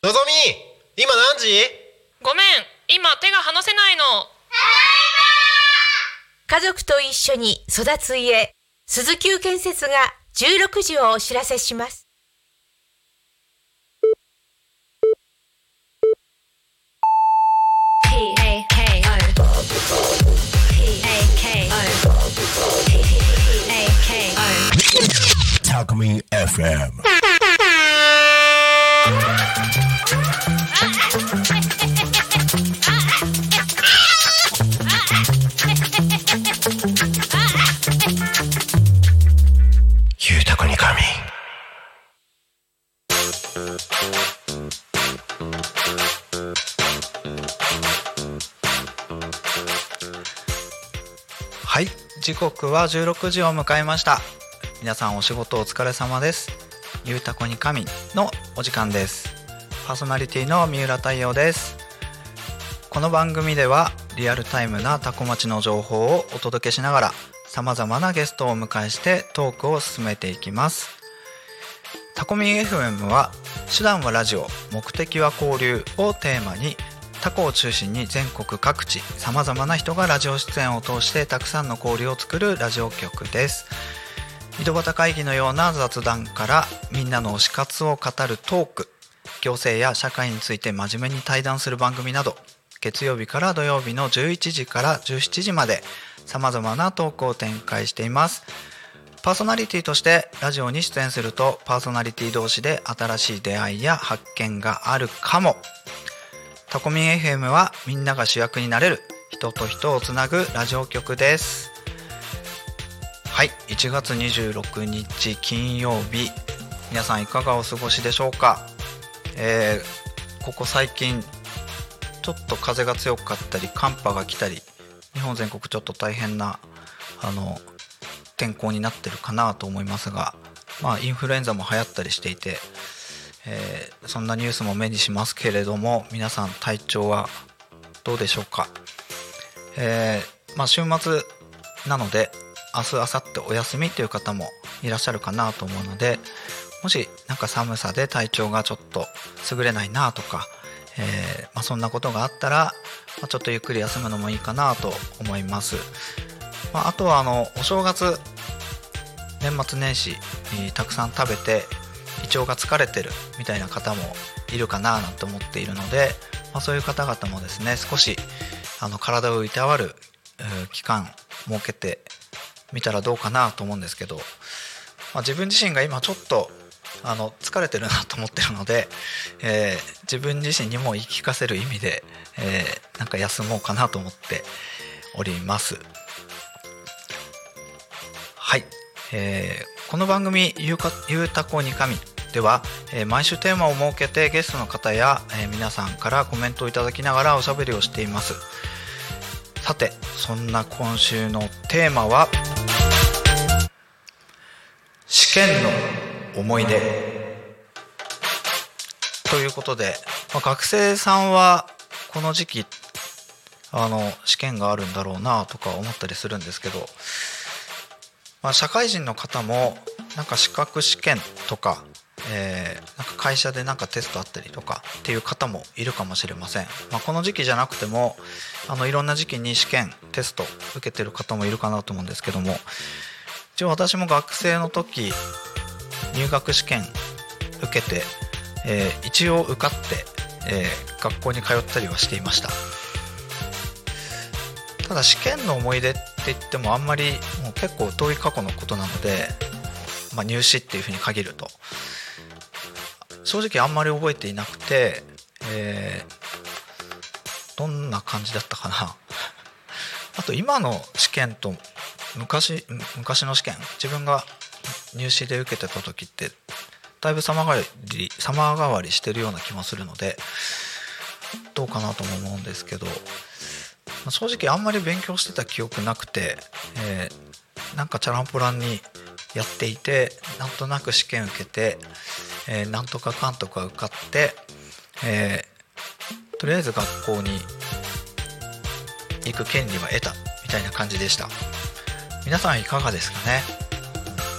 のぞみ、今何時？ ごめん、今手が離せないの。 家族と一緒に育つ家、鈴木建設が16時をお知らせします。 タコミン FM。ゆうたこに神。 はい、時刻は16時を迎えました。皆さんお仕事お疲れ様です。ゆうたこに神のお時間です。パーソナリティの三浦太陽です。この番組ではリアルタイムなタコ町の情報をお届けしながら、さまざまなゲストをお迎えしてトークを進めていきます。タコミン FM は手段はラジオ、目的は交流をテーマに、タコを中心に全国各地さまざまな人がラジオ出演を通してたくさんの交流を作るラジオ局です。井戸端会議のような雑談からみんなの推し活を語るトーク、行政や社会について真面目に対談する番組など、月曜日から土曜日の11時から17時までさまざまなトークを展開しています。パーソナリティとしてラジオに出演すると、パーソナリティ同士で新しい出会いや発見があるかも。タコミン FM はみんなが主役になれる、人と人をつなぐラジオ局です。はい、1月26日金曜日、皆さんいかがお過ごしでしょうか。ここ最近ちょっと風が強かったり寒波が来たり、日本全国ちょっと大変な天候になってるかなと思いますが、インフルエンザも流行ったりしていて、そんなニュースも目にしますけれども、皆さん体調はどうでしょうか。週末なので明日明後日お休みという方もいらっしゃるかなと思うので、もしなんか寒さで体調がちょっと優れないなとか、そんなことがあったら、ちょっとゆっくり休むのもいいかなと思います。あとはお正月年末年始たくさん食べて胃腸が疲れてるみたいな方もいるかななんて思っているので、そういう方々もですね、少し体をいたわる期間設けてみたらどうかなと思うんですけど、自分自身が今ちょっと疲れてるなと思ってるので、自分自身にも言い聞かせる意味で、なんか休もうかなと思っております。はい、この番組ゆうたこに神では、毎週テーマを設けてゲストの方や、皆さんからコメントをいただきながらおしゃべりをしています。さて、そんな今週のテーマは試験の思い出ということで、学生さんはこの時期試験があるんだろうなとか思ったりするんですけど、社会人の方もなんか資格試験とか、なんか会社でなんかテストあったりとかっていう方もいるかもしれません。この時期じゃなくてもいろんな時期に試験テスト受けてる方もいるかなと思うんですけども、一応私も学生の時入学試験受けて、一応受かって、学校に通ったりはしていました。ただ試験の思い出って言ってもあんまりもう結構遠い過去のことなので、入試っていうふうに限ると正直あんまり覚えていなくて、どんな感じだったかなあと今の試験と昔の試験、自分が入試で受けてた時ってだいぶ様変わりしてるような気もするので、どうかなとも思うんですけど、正直あんまり勉強してた記憶なくて、なんかチャランポランにやっていて、なんとなく試験受けて、なんとかかんとか受かって、とりあえず学校に行く権利は得たみたいな感じでした。皆さんいかがですかね。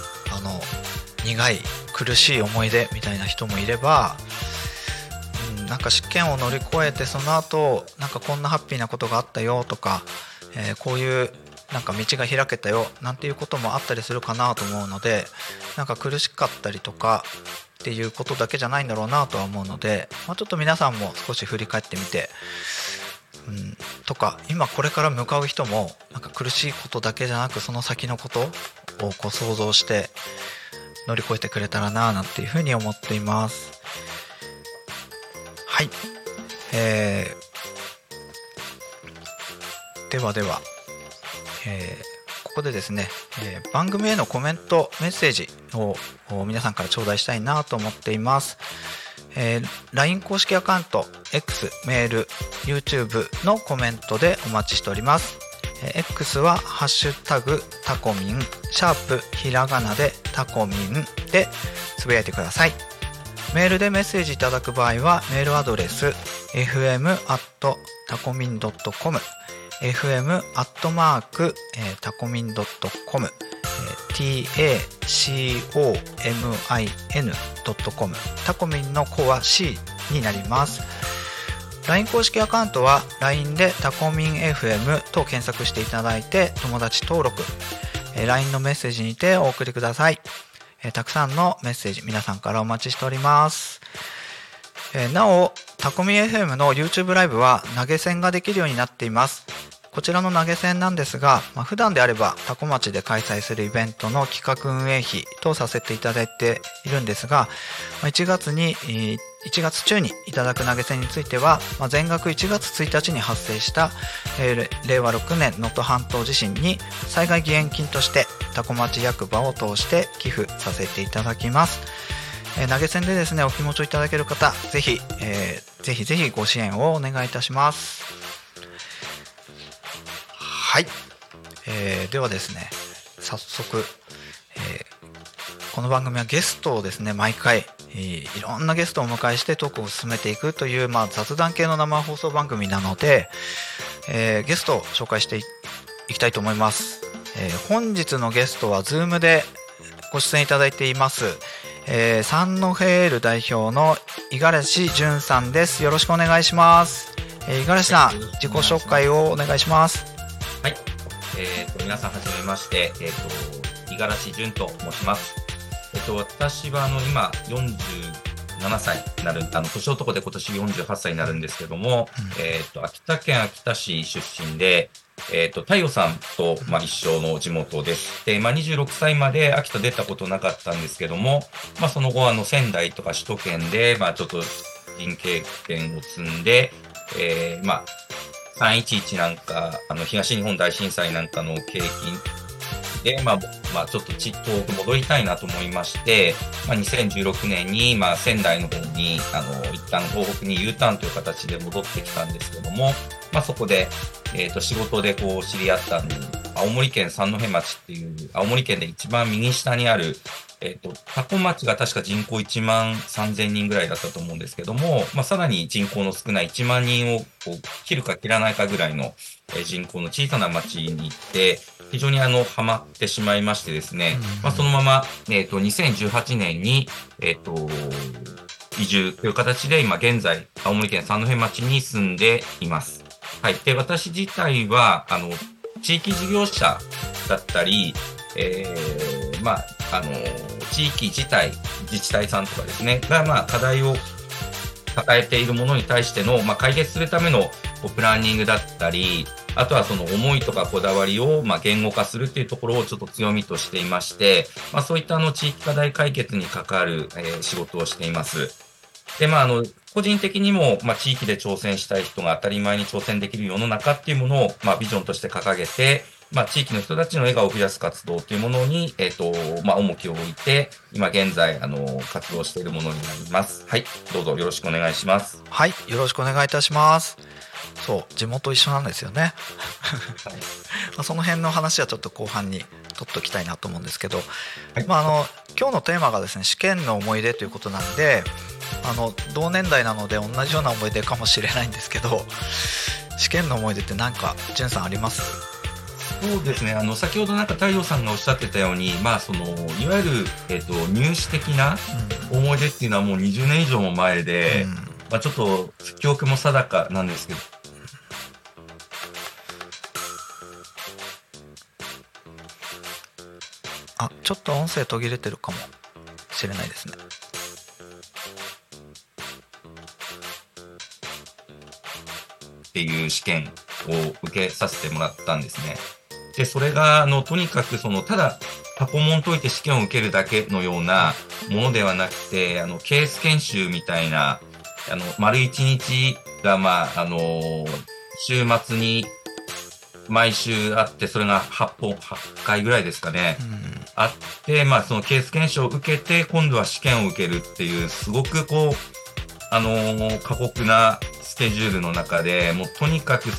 苦い苦しい思い出みたいな人もいれば、 なんか試験を乗り越えてその後なんかこんなハッピーなことがあったよとか、こういうなんか道が開けたよなんていうこともあったりするかなと思うので、なんか苦しかったりとかっていうことだけじゃないんだろうなとは思うので、ちょっと皆さんも少し振り返ってみて、とか今これから向かう人もなんか苦しいことだけじゃなくその先のことをこう想像して乗り越えてくれたらななんていうふうに思っています。はい、ではでは、ここでですね、番組へのコメントメッセージを皆さんから頂戴したいなと思っています。LINE 公式アカウント X、メール、YouTube のコメントでお待ちしております。X はハッシュタグタコミンひらがなでタコミンでつぶやいてください。メールでメッセージいただく場合はメールアドレス fm@tacomin.com fm@tacomin.com tacomin.com タコミンの子は C になります。 LINE 公式アカウントは LINE でタコミン FM と検索していただいて友達登録、LINE のメッセージにてお送りください。たくさんのメッセージ皆さんからお待ちしております。なおタコミン FM の YouTube ライブは投げ銭ができるようになっています。こちらの投げ銭なんですが、普段であればタコ町で開催するイベントの企画運営費とさせていただいているんですが、1月中にいただく投げ銭については、全額1月1日に発生した、令和6年能登半島地震に災害義援金としてタコ町役場を通して寄付させていただきます。投げ銭でですねお気持ちをいただける方、ぜひご支援をお願いいたします。はい、ではですね早速、この番組はゲストをですね毎回、いろんなゲストをお迎えしてトークを進めていくという、雑談系の生放送番組なので、ゲストを紹介していきたいと思います。本日のゲストは Zoom でご出演いただいています、サンノヘール代表の五十嵐淳さんです。よろしくお願いします。五十嵐さん、自己紹介をお願いします。 はい、皆さんはじめまして、五十嵐淳と申します。私は今47歳になる、年男で今年48歳になるんですけども、秋田県秋田市出身で、太陽さんと、一緒の地元です。で、26歳まで秋田出たことなかったんですけども、その後仙台とか首都圏で、ちょっと人経験を積んで、311なんか、東日本大震災なんかの経験で、ちょっと東北戻りたいなと思いまして、2016年に、仙台の方に、一旦東北に U ターンという形で戻ってきたんですけども、そこで、仕事で知り合った青森県三戸町っていう、青森県で一番右下にある、タコ町が確か人口1万3000人ぐらいだったと思うんですけども、さらに人口の少ない1万人を切るか切らないかぐらいの人口の小さな町に行って、非常にハマってしまいましてですね、そのまま、2018年に、移住という形で今現在、青森県三戸町に住んでいます。はい。で、私自体は、地域事業者だったり、地域自体、自治体さんとかですね、が、課題を抱えているものに対しての、解決するためのプランニングだったり、あとはその思いとかこだわりを、言語化するっていうところをちょっと強みとしていまして、そういった地域課題解決に関わる、仕事をしています。で、個人的にも、地域で挑戦したい人が当たり前に挑戦できる世の中っていうものを、ビジョンとして掲げて、地域の人たちの笑顔を増やす活動というものに、重きを置いて、今現在、活動しているものになります。はい。どうぞよろしくお願いします。 はい。よろしくお願いいたします。そう、地元一緒なんですよね。その辺の話はちょっと後半に取っときたいなと思うんですけど、はい、今日のテーマがですね、試験の思い出ということなんで、同年代なので同じような思い出かもしれないんですけど、試験の思い出って何か淳さんあります？ そうですね。先ほど太陽さんがおっしゃってたように、いわゆる、入試的な思い出っていうのはもう20年以上も前で、 ちょっと記憶も定かなんですけど、 ちょっと音声途切れてるかもしれないですね。 っていう試験を受けさせてもらったんですね。で、それが、とにかく、ただ、過去問解いて試験を受けるだけのようなものではなくて、ケース研修みたいな、丸一日が、週末に毎週あって、それが8回ぐらいですかね。あって、そのケース検証を受けて、今度は試験を受けるっていう、すごく過酷なスケジュールの中で、もうとにかく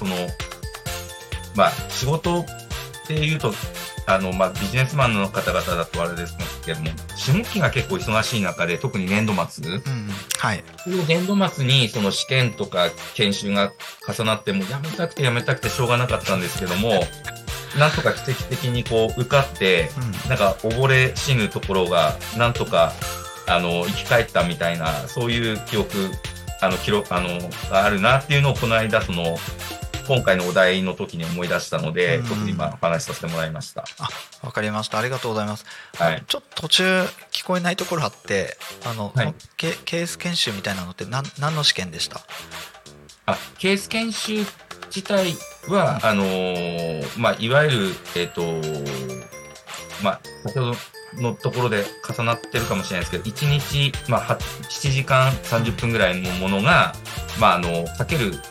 仕事っていうと、ビジネスマンの方々だとあれですけども、下期が結構忙しい中で、特に年度末。 はい。 年度末にその試験とか研修が重なって、もうやめたくてしょうがなかったんですけども、なんとか奇跡的に受かって、なんか溺れ死ぬところが、なんとか、生き返ったみたいな、そういう記憶、があるなっていうのをこの間、今回のお題の時に思い出したので、ちょっと今お話しさせてもらいました。 わかりました。ありがとうございます。 はい。 ちょっと途中聞こえないところあって、 はい、 ケース研修みたいなのって何の試験でした？ ケース研修自体は、いわゆる、先ほどのところで重なってるかもしれないですけど、1日、7時間30分ぐらいのものが、かける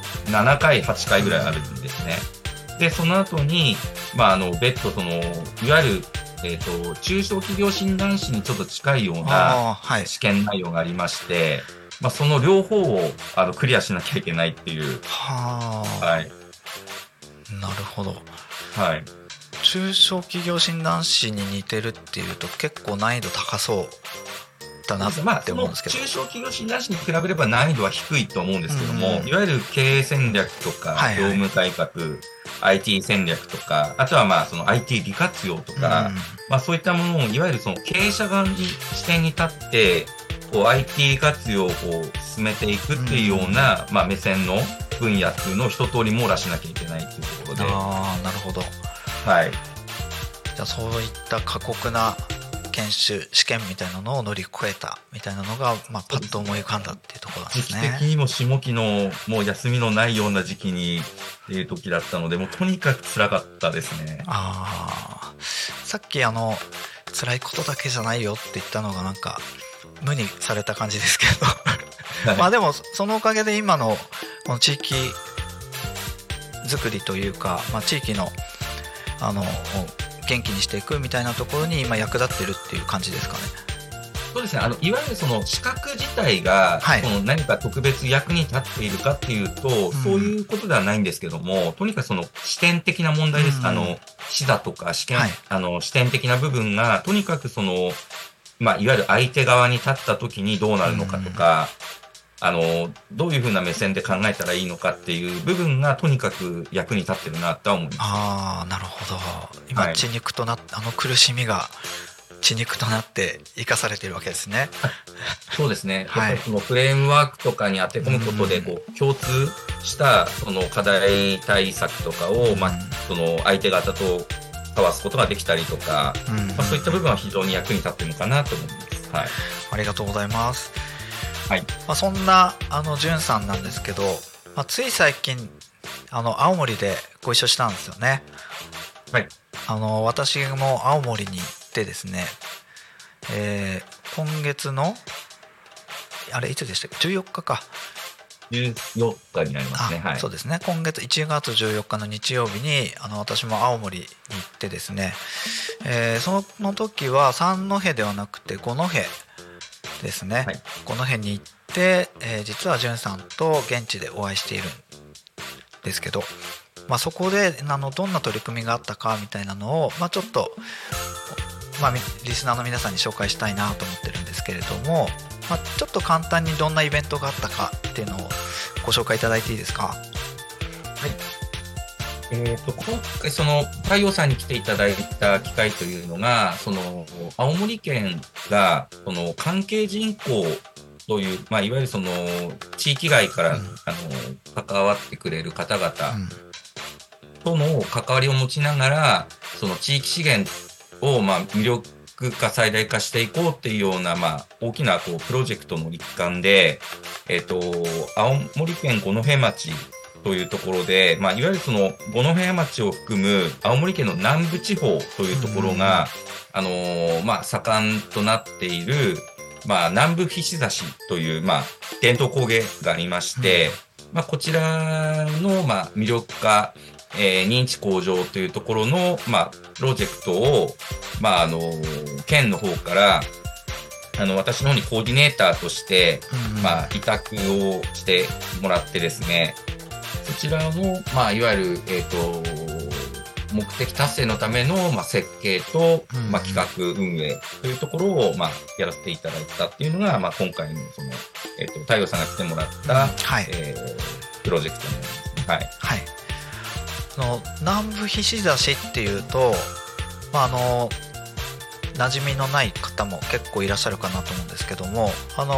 7回、8回ぐらいあるんですね。で、その後に、別途いわゆる、中小企業診断士にちょっと近いような試験内容がありまして、その両方をクリアしなきゃいけないっていう。はい。 なるほど。 はい。 中小企業診断士に似てるっていうと結構難易度高そうだなって思うんですけど、 中小企業診断士に比べれば難易度は低いと思うんですけども、いわゆる経営戦略とか、業務改革、IT 戦略とか、あとはIT 利活用とか、そういったものをいわゆる経営者側に視点に立ってIT 活用を進めていくっていうような、目線の分野っていうのを一通り網羅しなきゃいけないっていうところで。 なるほど。 はい。 じゃあそういった過酷な研修試験みたいなのを乗り越えたみたいなのが、パッと思い浮かんだっていうところなんですね。 時期的にも下期のもう休みのないような時期にっていう時だったので、もうとにかく辛かったですね。 さっき辛いことだけじゃないよって言ったのがなんか無にされた感じですけどでもそのおかげで今のこの地域づくりというか、地域の元気にしていくみたいなところに今役立ってるっていう感じですかね。 そうですね。いわゆる資格自体が、何か特別役に立っているかっていうと、そういうことではないんですけども、とにかく視点的な問題です。視座とか視点、視点的な部分が、とにかくいわゆる相手側に立った時にどうなるのかとか、どういうふうな目線で考えたらいいのかっていう部分がとにかく役に立ってるなとは思います。 なるほど。今、血肉となって苦しみが血肉となって生かされているわけですね。 そうですね。やっぱりフレームワークとかに当て込むことで共通した課題対策とかを相手方と交わすことができたりとか、そういった部分は非常に役に立ってるのかなと思います。はい。 ありがとうございます。 はい。 そんなじゅんさんなんですけど、つい最近青森でご一緒したんですよね。 はい。 私も青森に行ってですね、今月のいつでしたっけ、14日か。 14日になりますね。はい。 そうですね。今月1月14日の日曜日に私も青森に行ってですね、その時は三戸ではなくて五戸ですね。はい、五戸に行って、実はじゅんさんと現地でお会いしているんですけど、そこでどんな取り組みがあったかみたいなのを、ちょっと、リスナーの皆さんに紹介したいなと思ってるんですけれども、ちょっと簡単にどんなイベントがあったかっていうのをご紹介いただいていいですか？はい。 今回太陽さんに来ていただいた機会というのが、青森県が関係人口そういう、いわゆるその地域外から、関わってくれる方々との関わりを持ちながら、その地域資源を魅力化最大化していこうっていうような、大きなプロジェクトの一環で、青森県五戸町というところで、いわゆるその五戸町を含む青森県の南部地方というところが、盛んとなっている、南部ひし刺しという、伝統工芸がありまして、こちらの、魅力化、認知向上というところの、プロジェクトを、県の方から、私の方にコーディネーターとして、委託をしてもらってですね、そちらの、いわゆる、目的達成のための、設計と、企画運営というところを、やらせていただいたっていうのが、今回のその、太陽さんが来てもらった、プロジェクトになりますね。はい。 はい。南部ひし刺しっていうと、馴染みのない方も結構いらっしゃるかなと思うんですけども、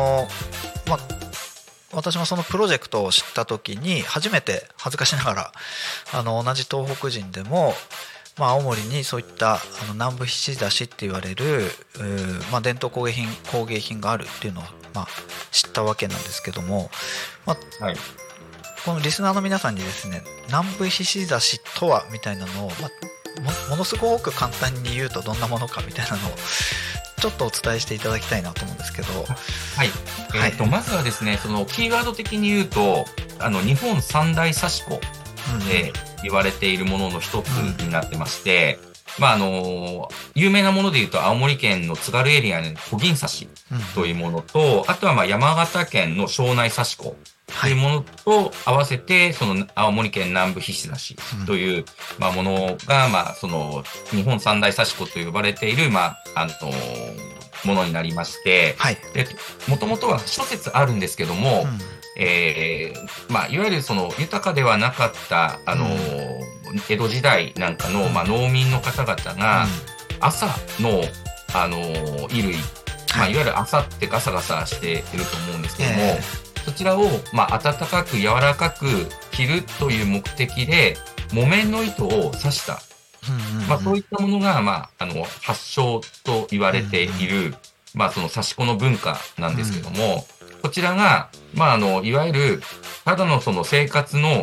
私もそのプロジェクトを知った時に初めて恥ずかしながら同じ東北人でも、青森にそういった南部ひし刺しって言われる、伝統工芸品があるっていうのを、知ったわけなんですけども、 はい、 このリスナーの皆さんにですね、南部ひし刺しとはみたいなのを、ものすごく簡単に言うとどんなものかみたいなのをちょっとお伝えしていただきたいなと思うんですけど。 はい。まずはですね、そのキーワード的に言うと、日本三大刺し子で言われているものの一つになってまして、有名なもので言うと、青森県の津軽エリアの小銀刺しというものと、あとは山形県の庄内刺し子というものと合わせて、その青森県南部ひし刺しという、ものが、その日本三大刺し子と呼ばれている、ものになりまして、で、もともとは諸説あるんですけども、いわゆるその豊かではなかった、江戸時代なんかの、農民の方々が、朝の、衣類、いわゆる朝ってガサガサしていると思うんですけども、そちらを、暖かく柔らかく着るという目的で、木綿の糸を刺した。そういったものが、発祥と言われている、その刺し子の文化なんですけども、こちらが、いわゆる、ただのその生活の、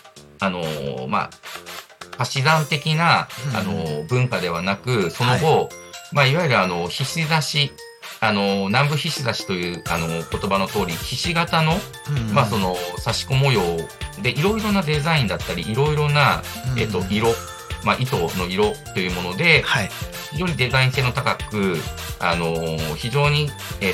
足し算的な、文化ではなく、その後、いわゆるひし刺し、南部ひし刺しという言葉の通り、ひし形の、その刺し子模様で、いろいろなデザインだったり、いろいろな、色、糸の色というもので、非常にデザイン性の高く、非常に、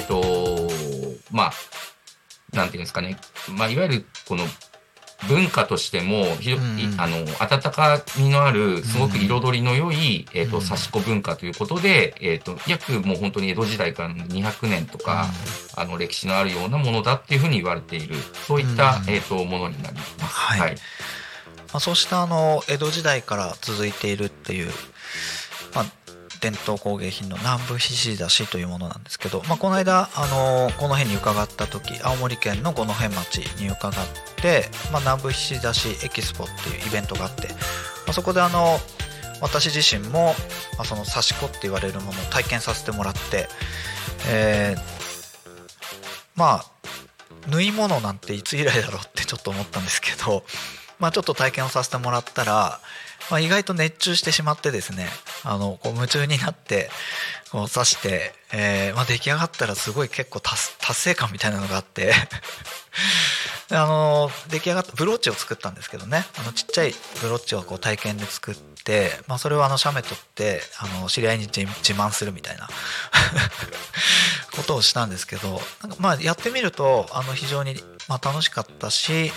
なんていうんですかね、いわゆるこの文化としても、温かみのある、すごく彩りの良い、刺し子文化ということで、約もう本当に江戸時代から200年とか、歴史のあるようなものだっていうふうに言われている、そういった、ものになります。はい。 そうした江戸時代から続いているっていう、伝統工芸品の南部ひし刺しというものなんですけど、この間この辺に伺った時、青森県の五戸町に伺って、南部ひし刺しエキスポっていうイベントがあって、そこで私自身も、その刺し子って言われるものを体験させてもらって、縫い物なんていつ以来だろうってちょっと思ったんですけど、ちょっと体験をさせてもらったら、意外と熱中してしまってですね、こう夢中になってこう刺して、出来上がったらすごい結構達成感みたいなのがあって出来上がったブローチを作ったんですけどね、ちっちゃいブローチをこう体験で作って、それを写メ撮って知り合いに自慢するみたいなことをしたんですけど、やってみると非常に楽しかったし、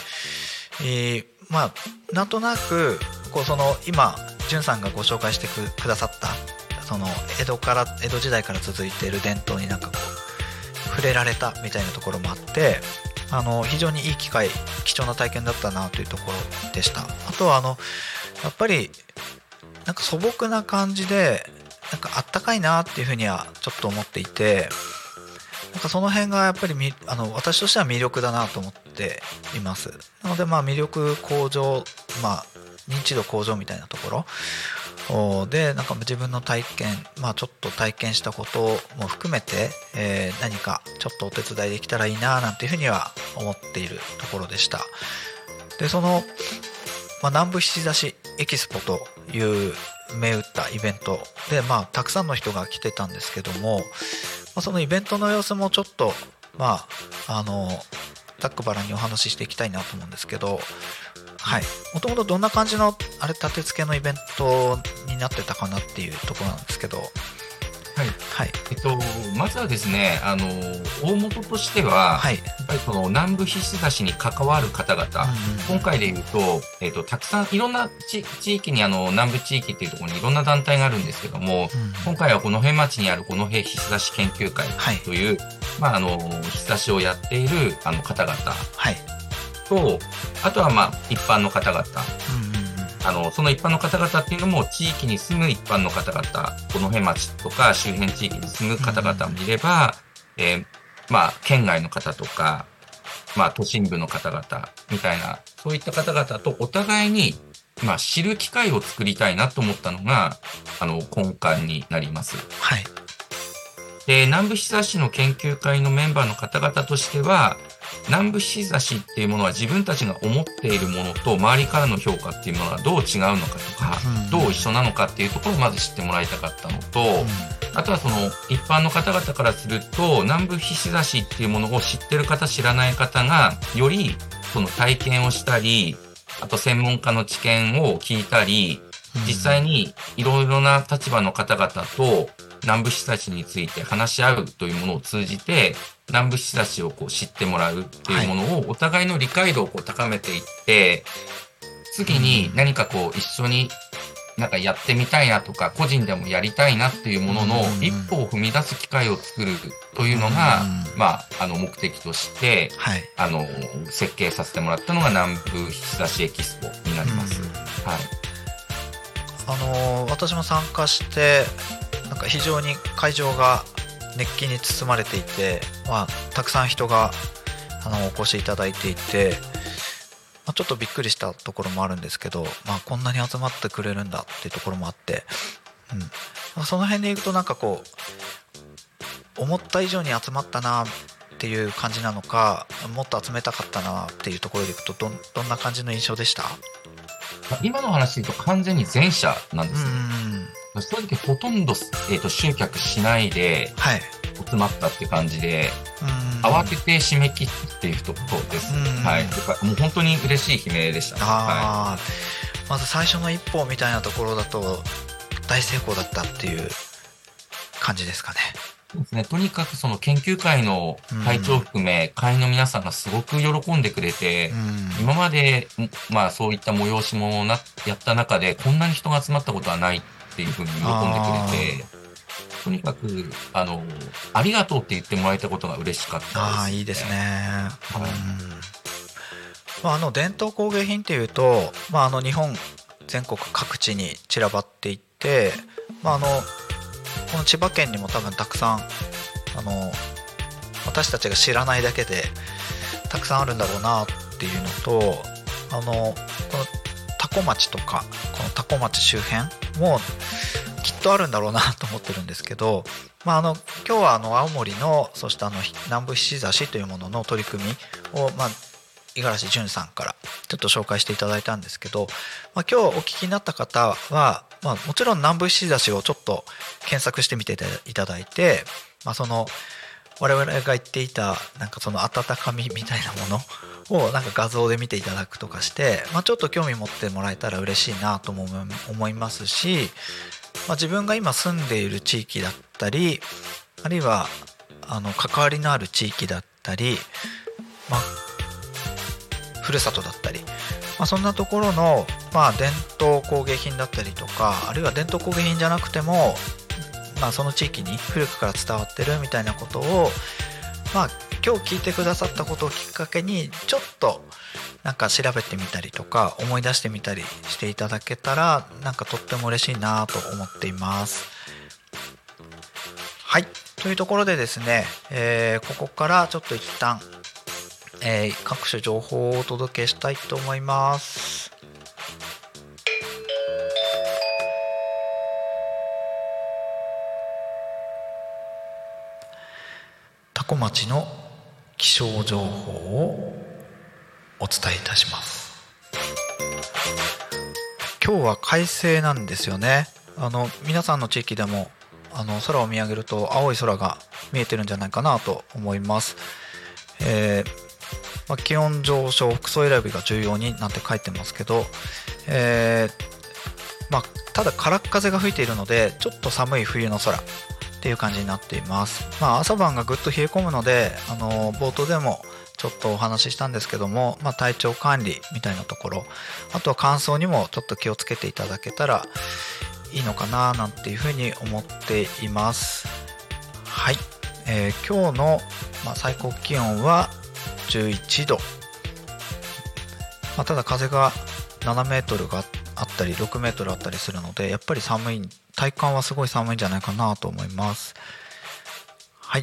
なんとなく今淳さんがご紹介してくださったその江戸時代から続いている伝統に触れられたみたいなところもあって、非常にいい貴重な体験だったなというところでした。あとはやっぱり素朴な感じであったかいなっていうふうにはちょっと思っていて、 なんかその辺がやっぱり私としては魅力だなと思っています。なので魅力向上、認知度向上みたいなところでなんか自分の体験、ちょっと体験したことも含めて、何かちょっとお手伝いできたらいいななんていうふうには思っているところでした。でその、南部菱刺しエキスポという銘打ったイベントで、たくさんの人が来てたんですけども、そのイベントの様子もちょっとざっくばらんにお話ししていきたいなと思うんですけど、もともとどんな感じの立て付けのイベントになってたかなっていうところなんですけど。 まずはですね、大元としては、やっぱりその南部菱刺しに関わる方々、今回でいうと、たくさんいろんな地域に南部地域っていうところにいろんな団体があるんですけども、今回は五戸町にある五戸菱刺し研究会という、菱刺しをやっている方々と、あとは一般の方々、その一般の方々っていうのも地域に住む一般の方々、この辺町とか周辺地域に住む方々もいれば、県外の方とか、都心部の方々みたいな、そういった方々とお互いに、知る機会を作りたいなと思ったのが、根幹になります。で、南部菱刺しの研究会のメンバーの方々としては、南部菱刺しっていうものは自分たちが思っているものと周りからの評価っていうものがどう違うのかとか、どう一緒なのかっていうところをまず知ってもらいたかったのと、あとはその一般の方々からすると南部菱刺しっていうものを知ってる方知らない方がよりその体験をしたり、あと専門家の知見を聞いたり、実際にいろいろな立場の方々と南部菱刺しについて話し合うというものを通じて南部菱刺しを知ってもらうっていうものをお互いの理解度を高めていって、次に何か一緒になんかやってみたいなとか個人でもやりたいなっていうものの一歩を踏み出す機会を作るというのが目的として設計させてもらったのが南部菱刺しエキスポになります。 私も参加してなんか非常に会場が熱気に包まれていて、たくさん人がお越しいただいていて、ちょっとびっくりしたところもあるんですけど、こんなに集まってくれるんだっていうところもあって、その辺でいくとなんか思った以上に集まったなっていう感じなのか、もっと集めたかったなっていうところでいくとどんな感じの印象でした？ 今の話で言うと完全に前者なんですね。正直ほとんど、集客しないで集まったって感じで、慌てて締め切っているところです。もう本当に嬉しい悲鳴でしたね。 まず最初の一歩みたいなところだと大成功だったっていう感じですかね。 そうですね。とにかくその研究会の会長含め、会員の皆さんがすごく喜んでくれて、今までそういった催しもやった中でこんなに人が集まったことはないっていうふうに喜んでくれて、とにかくありがとうって言ってもらえたことが嬉しかったです。 いいですね。伝統工芸品っていうと、日本全国各地に散らばっていって、この千葉県にも多分たくさん私たちが知らないだけでたくさんあるんだろうなっていうのと、この多古町とかこの多古町周辺もきっとあるんだろうなと思ってるんですけど、今日は青森のそして南部菱刺しというものの取り組みを五十嵐淳さんからちょっと紹介していただいたんですけど、今日お聞きになった方は、もちろん南部菱刺しをちょっと検索してみていただいて、その我々が言っていたなんかその温かみみたいなものをなんか画像で見ていただくとかして、ちょっと興味持ってもらえたら嬉しいなとも思いますし、自分が今住んでいる地域だったり、あるいは関わりのある地域だったり、ふるさとだったり、そんなところの、伝統工芸品だったりとか、あるいは伝統工芸品じゃなくても、その地域に古くから伝わってるみたいなことを、今日聞いてくださったことをきっかけにちょっとなんか調べてみたりとか思い出してみたりしていただけたらなんかとっても嬉しいなと思っています。 はい、というところでですね、ここからちょっと一旦、各種情報をお届けしたいと思います。多古町の気象情報をお伝えいたします。今日は快晴なんですよね。皆さんの地域でも空を見上げると青い空が見えてるんじゃないかなと思います。気温上昇、服装選びが重要になんて書いてますけど、ただ空っ風が吹いているのでちょっと寒い冬の空っていう感じになっています。朝晩がぐっと冷え込むので冒頭でもちょっとお話ししたんですけども、体調管理みたいなところ、あとは乾燥にもちょっと気をつけていただけたらいいのかななんていうふうに思っています。はい、今日の、最高気温は11度、ただ風が7メートルがあったり6メートルあったりするので、やっぱり体感はすごい寒いんじゃないかなと思います。はい、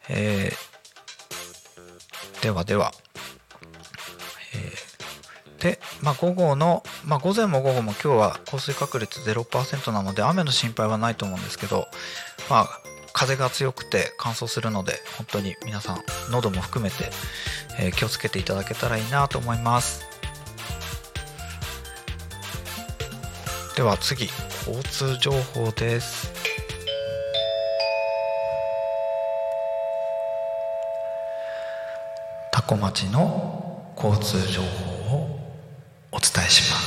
ではでは、午後の、午前も午後も今日は降水確率 0% なので雨の心配はないと思うんですけど、風が強くて乾燥するので本当に皆さん喉も含めて、気をつけていただけたらいいなと思います。では次、交通情報です。多古町の交通情報をお伝えします。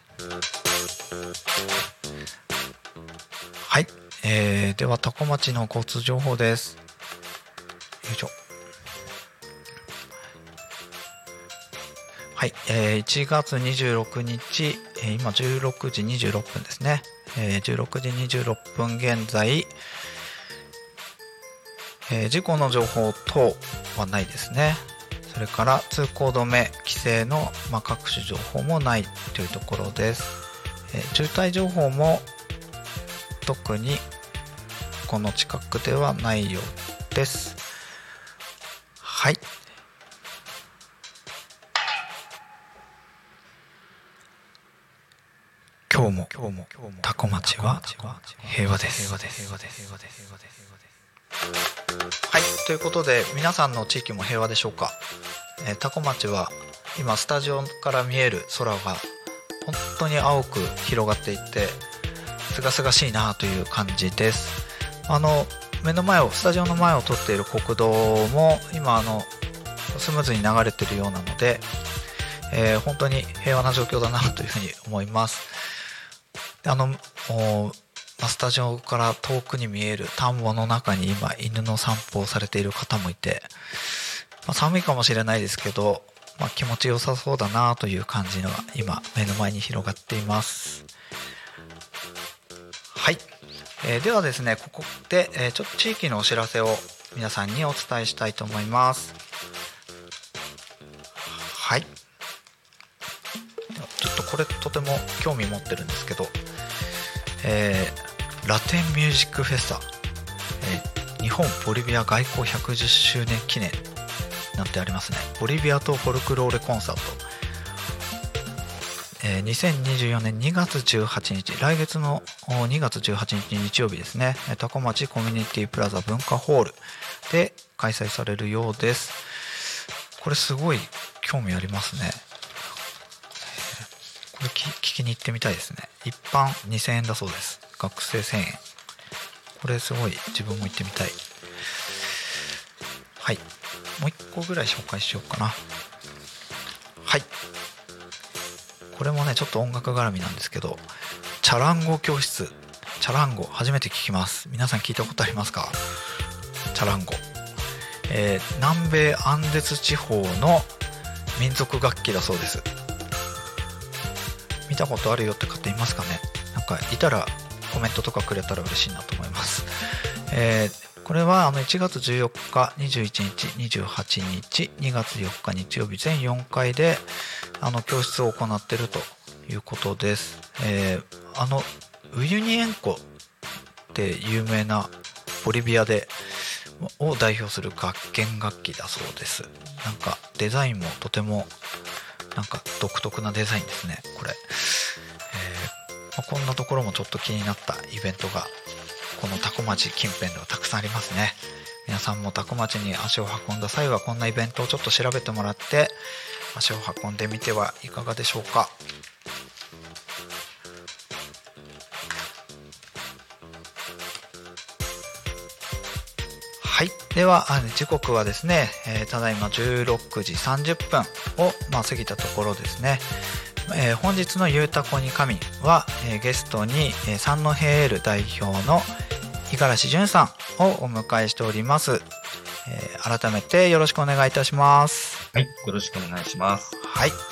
はい、では多古町の交通情報です。よいしょ。はい、1月26日、今16時26分ですね。16時26分現在、事故の情報等はないですね。それから通行止め、規制の、各種情報もないというところです。渋滞情報も特にこの近くではないようです。はい。今日も多古町は平和です。はい、ということで皆さんの地域も平和でしょうか。多古町は今スタジオから見える空が本当に青く広がっていてすがすがしいなという感じです。スタジオの前を通っている国道も今スムーズに流れているようなので、本当に平和な状況だなというふうに思います。スタジオから遠くに見える田んぼの中に今犬の散歩をされている方もいて、寒いかもしれないですけど、気持ちよさそうだなという感じのが今目の前に広がっています。はい、ではですね、ここで、ちょっと地域のお知らせを皆さんにお伝えしたいと思います。はい、ちょっとこれとても興味持ってるんですけど、ラテンミュージックフェスタ、日本ボリビア外交110周年記念なんてありますね。ボリビアとフォルクローレコンサート、2024年2月18日、来月の2月18日日曜日ですね、多古町コミュニティプラザ文化ホールで開催されるようです。これすごい興味ありますね。これ聞きに行ってみたいですね。一般2000円だそうです。学生1000円。これすごい自分も行ってみたい。はい、もう一個ぐらい紹介しようかな。はい、これもねちょっと音楽絡みなんですけど、チャランゴ教室。チャランゴ初めて聞きます。皆さん聞いたことありますか？チャランゴ、南米アンデス地方の民族楽器だそうです。見たことあるよって方いますかね。なんかいたらコメントとかくれたら嬉しいなと思います。これは1月14日、21日、28日、2月4日日曜日全4回で教室を行っているということです。ウユニ塩湖って有名なボリビアを代表する弦楽器だそうです。なんかデザインもとてもなんか独特なデザインですねこれ。こんなところもちょっと気になったイベントがこの多古町近辺ではたくさんありますね。皆さんも多古町に足を運んだ際はこんなイベントをちょっと調べてもらって足を運んでみてはいかがでしょうか。はい、では時刻はですね、ただいま16時30分を、過ぎたところですね。本日のゆうたこに神は、ゲストに、三戸エール代表の五十嵐淳さんをお迎えしております。改めてよろしくお願いいたします。 はい、よろしくお願いします。 はい。ち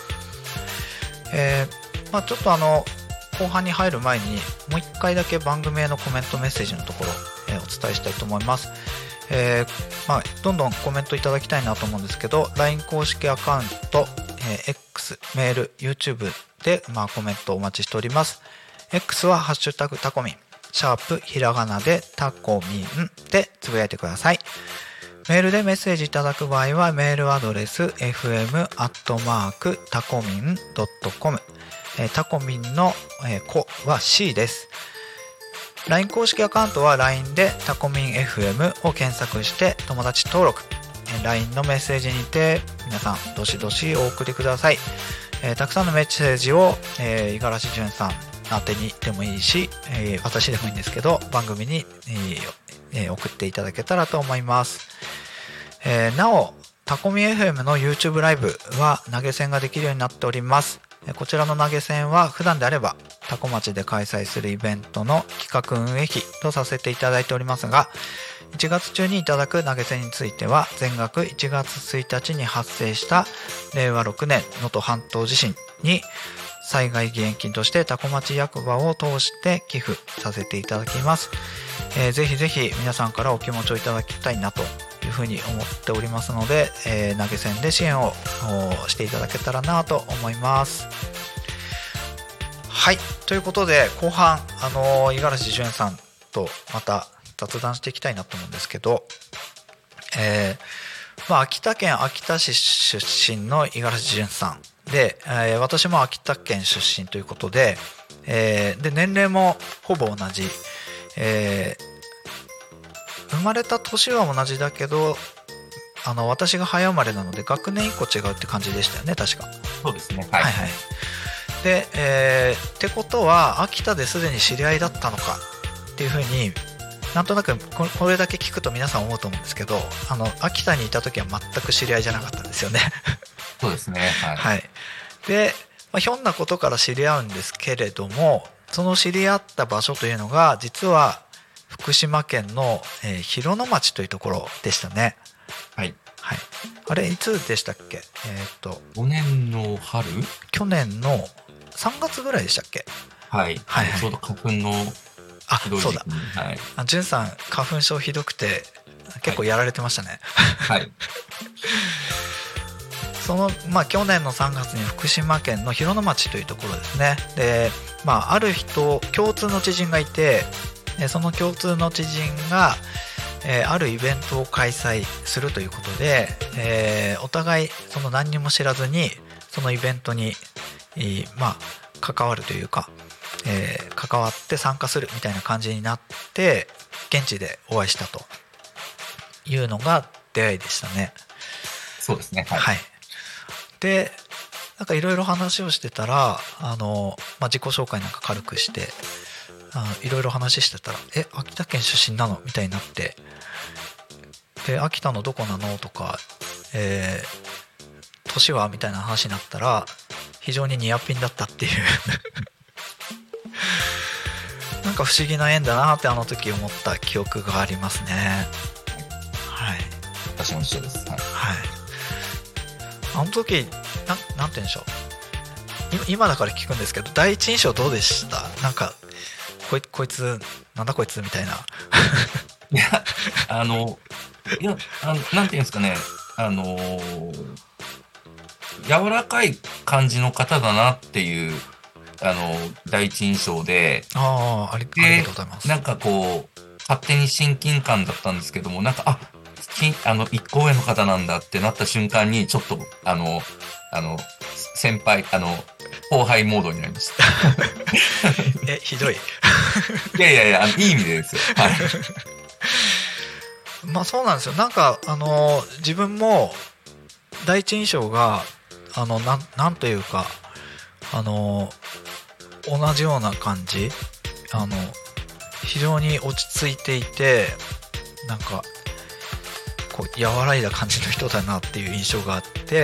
ょっと後半に入る前にもう一回だけ番組へのコメントメッセージのところ、お伝えしたいと思います。どんどんコメントいただきたいなと思うんですけど LINE 公式アカウント、X、メール、YouTube で、コメントお待ちしております。 X はハッシュタグタコミン#ひらがなでタコミンでつぶやいてください。メールでメッセージいただく場合はメールアドレス fm@tacomin.com タコミンのコは C です。LINE 公式アカウントは LINE でタコミン FM を検索して友達登録、LINE のメッセージにて皆さんどしどしお送りください。たくさんのメッセージを五十嵐淳さん宛てにでもいいし、私でもいいんですけど番組に、送っていただけたらと思います。なおタコミ FM の YouTube ライブは投げ銭ができるようになっております。こちらの投げ銭は普段であれば多古町で開催するイベントの企画運営費とさせていただいておりますが、1月中にいただく投げ銭については全額1月1日に発生した令和6年能登半島地震に災害義援金として多古町役場を通して寄付させていただきます。ぜひぜひ皆さんからお気持ちをいただきたいなというふうに思っておりますので、投げ銭で支援をしていただけたらなと思います。はい、ということで後半五十嵐淳さんとまた雑談していきたいなと思うんですけど、秋田県秋田市出身の五十嵐淳さんで、私も秋田県出身ということで、年齢もほぼ同じ、生まれた年は同じだけど私が早生まれなので学年1個違うって感じでしたよね確か。 そうですね、はい、 はいはい。で、ってことは秋田ですでに知り合いだったのかっていうふうになんとなくこれだけ聞くと皆さん思うと思うんですけど秋田にいた時は全く知り合いじゃなかったんですよね。 そうですね、はい、はい。 で、ひょんなことから知り合うんですけれどもその知り合った場所というのが実は福島県の、広野町というところでしたね。はい、はい、あれいつでしたっけ。 5年の春、 去年の3月ぐらいでしたっけ。 はい、はいはい、ちょうど花粉のひどい時期に、はい、 淳さん花粉症ひどくて結構やられてましたね。 はい、 その去年の3月に福島県の広野町というところですね。で、ある人共通の知人がいてその共通の知人が、あるイベントを開催するということで、お互いその何にも知らずにそのイベントに、関わるというか、関わって参加するみたいな感じになって現地でお会いしたというのが出会いでしたね。 そうですね、はい、 はい。でなんかいろいろ話をしてたら自己紹介なんか軽くしていろいろ話してたら秋田県出身なのみたいになって、で秋田のどこなのとか、年はみたいな話になったら非常にニアピンだったっていうなんか不思議な縁だなって時思った記憶がありますね。はい、 私も一緒です。はい、 はい、時なんて言うんでしょう、今だから聞くんですけど第一印象どうでした。なんかこいつなんだこいつみたいな。 いやなんていうんですかね、柔らかい感じの方だなっていう第一印象で、 ありがとうございます。 なんかこう勝手に親近感だったんですけども、なんか、一個上の方なんだってなった瞬間に、ちょっと、先輩、後輩モードになりました。 ひどい。 いや、いい意味でですよ。はい。 まあそうなんですよ。なんか自分も第一印象がなんというか同じような感じ、非常に落ち着いていて、なんかこう和らいだ感じの人だなっていう印象があって、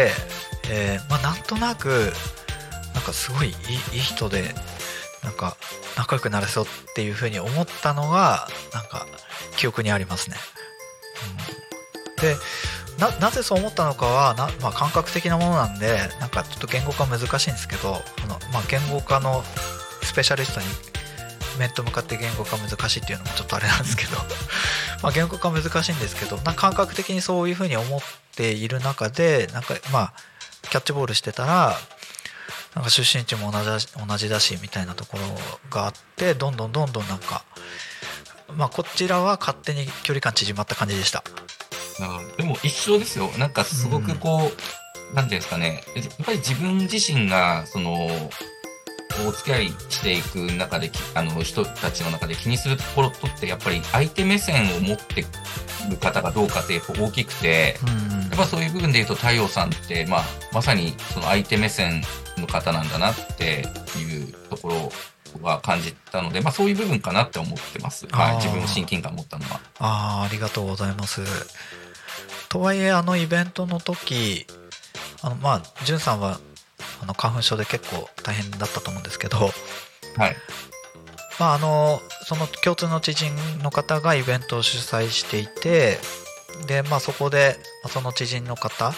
まあなんとなくなんかすごいいい人で、なんか仲良くなれそうっていうふうに思ったのがなんか記憶にありますね。でなぜそう思ったのかはまあ、感覚的なものなんで、なんかちょっと言語化難しいんですけど、まあ、言語化のスペシャリストに面と向かって言語化難しいっていうのもちょっとあれなんですけどまあ言語化難しいんですけど、なんか感覚的にそういうふうに思っている中で、なんかまあキャッチボールしてたら、なんか出身地も同じだしみたいなところがあって、どんどんなんか、まあ、こちらは勝手に距離感縮まった感じでした。 でも一緒ですよ。なんかすごくこう、なんていうんですかね、やっぱり自分自身がお付き合いしていく中で人たちの中で気にするところとって、やっぱり相手目線を持ってる方がどうかってやっぱ大きくて、やっぱそういう部分で言うと太陽さんって、まあ、まさにその相手目線の方なんだなっていうところは感じたので、まあ、そういう部分かなって思ってます。はい、自分の親近感を持ったのは。 ありがとうございます。とはいえイベントの時まあじゅんさんは花粉症で結構大変だったと思うんですけど、 はい、 まあその共通の知人の方がイベントを主催していて、でまあそこでその知人の方、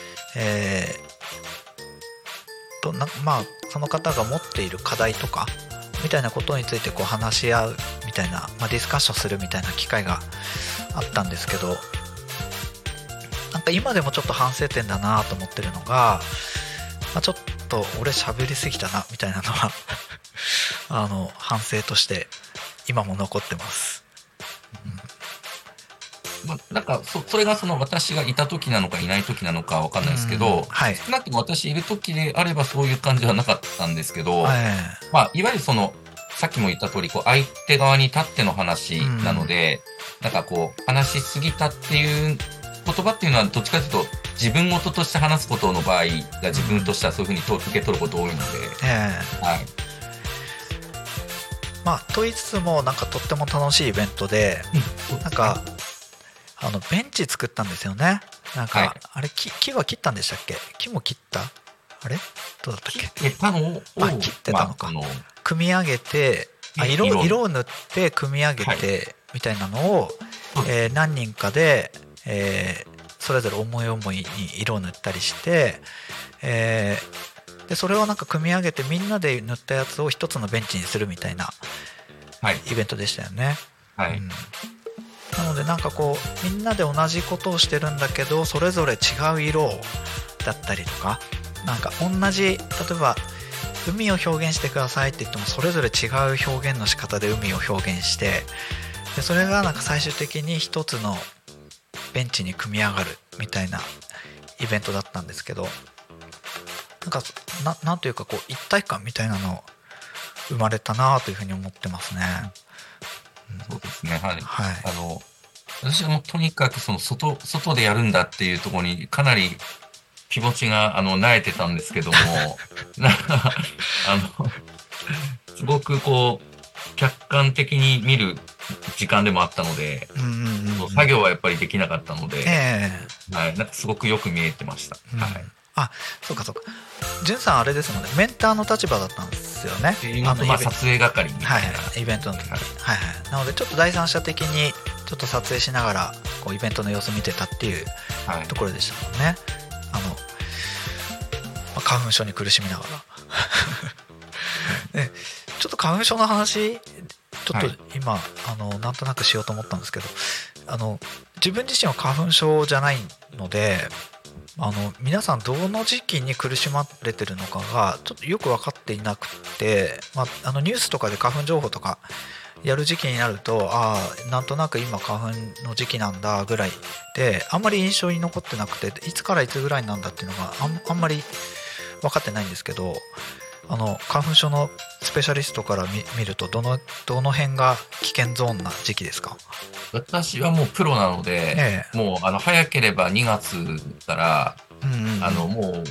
まあその方が持っている課題とかみたいなことについてこう話し合うみたいな、まあ、ディスカッションするみたいな機会があったんですけど、なんか今でもちょっと反省点だなと思ってるのが、まあ、ちょっと俺喋りすぎたなみたいなのは反省として今も残ってます。 まあ、なんかそれが私がいた時なのかいない時なのかわかんないですけど、 はい、 少なくとも私いる時であればそういう感じはなかったんですけど、まあ、いわゆるさっきも言った通りこう相手側に立っての話なので、なんかこう話しすぎたっていう言葉っていうのはどっちかというと自分事として話すことの場合が自分としてはそういうふうに受け取ること多いので、はい、 まあと言いつつもなんかとっても楽しいイベントで、なんかベンチ作ったんですよね。なんか、はい、あれ木は切ったんでしたっけ？木も切った？あれどうだったっけ？ 切ってたのを切ってたのか、組み上げて色を塗って組み上げてみたいなのを、何人かでそれぞれ思い思いに色を塗ったりして、でそれをなんか組み上げてみんなで塗ったやつを一つのベンチにするみたいなイベントでしたよね。 はい、 なのでなんかこうみんなで同じことをしてるんだけどそれぞれ違う色だったりとか、なんか同じ例えば海を表現してくださいって言ってもそれぞれ違う表現の仕方で海を表現して、でそれがなんか最終的に一つのベンチに組み上がるみたいなイベントだったんですけど、なんというかこう一体感みたいなの生まれたなというふうに思ってますね。 そうですね、はい、はい、私はもうとにかく外でやるんだっていうところにかなり気持ちが慣れてたんですけどもなんかすごくこう客観的に見る時間でもあったので、作業はやっぱりできなかったので、はい、なんかすごくよく見えてました。はい、 あ、そうかそうか。じゅんさんあれですもんね、メンターの立場だったんですよね。 撮影係みたいな、 はい、イベントの時、はいはい、なのでちょっと第三者的にちょっと撮影しながらこうイベントの様子見てたっていうところでしたもんね。花粉症に苦しみながらでちょっと花粉症の話ちょっと今、はい、なんとなくしようと思ったんですけど、自分自身は花粉症じゃないので、皆さんどの時期に苦しまれてるのかがちょっとよく分かっていなくて、ニュースとかで花粉情報とかやる時期になるとなんとなく今花粉の時期なんだぐらいであんまり印象に残ってなくていつからいつぐらいなんだっていうのがあんまり分かってないんですけど花粉症のスペシャリストから見るとどの辺が危険ゾーンな時期ですか？ 私はもうプロなので、もう早ければ2月から、もう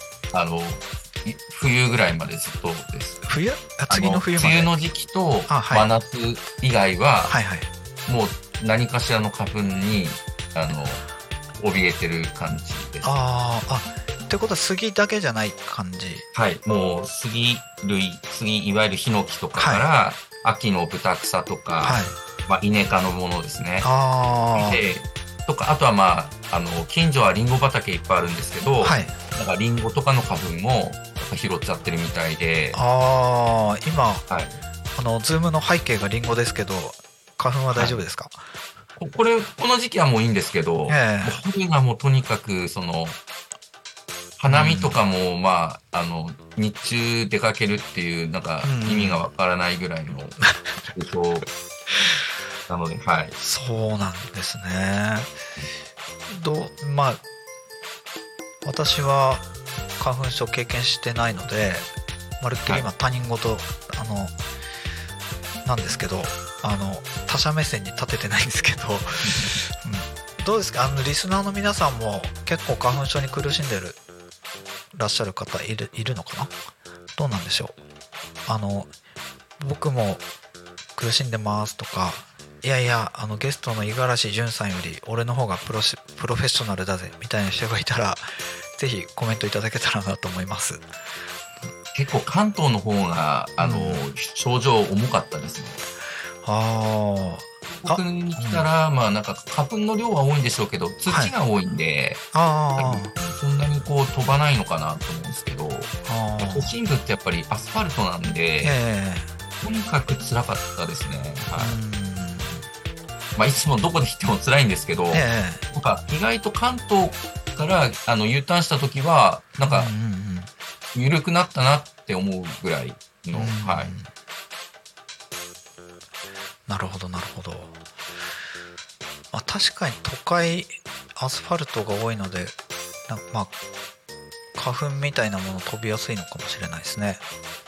冬ぐらいまでずっとです。 次の冬まで。 梅雨の時期と真夏以外は、もう何かしらの花粉に怯えてる感じです。 ってことは杉だけじゃない感じ？ はい、もう杉いわゆるヒノキとかから、秋のブタクサとか、イネ科のものですね。とかあとは近所はリンゴ畑いっぱいあるんですけど、なんかリンゴとかの花粉も拾っちゃってるみたいで。今、ズームの背景がリンゴですけど花粉は大丈夫ですか？ この時期はもういいんですけど、春がもうとにかく花見とかも日中出かけるっていうなんか意味がわからないぐらいのなので、 そうなんですね。私は花粉症経験してないのでまるっきり今他人事なんですけど他者目線に立ててないんですけど、どうですか？リスナーの皆さんも結構花粉症に苦しんでらっしゃる方いるのかな？どうなんでしょう？僕も苦しんでますとか、いやゲストの五十嵐潤さんより俺の方がプロフェッショナルだぜみたいな人がいたらぜひコメントいただけたらなと思います。 結構関東の方が症状重かったですね。僕に来たらなんか花粉の量は多いんでしょうけど土が多いんで、そんなに飛ばないのかなと思うんですけど、都心部ってやっぱりアスファルトなんで、とにかく辛かったですね。いつもどこで来ても辛いんですけど、なんか意外と関東から U ターンした時はなんか緩くなったなって思うぐらいの、 なるほど。確かに都会アスファルトが多いので花粉みたいなもの飛びやすいのかもしれないですね。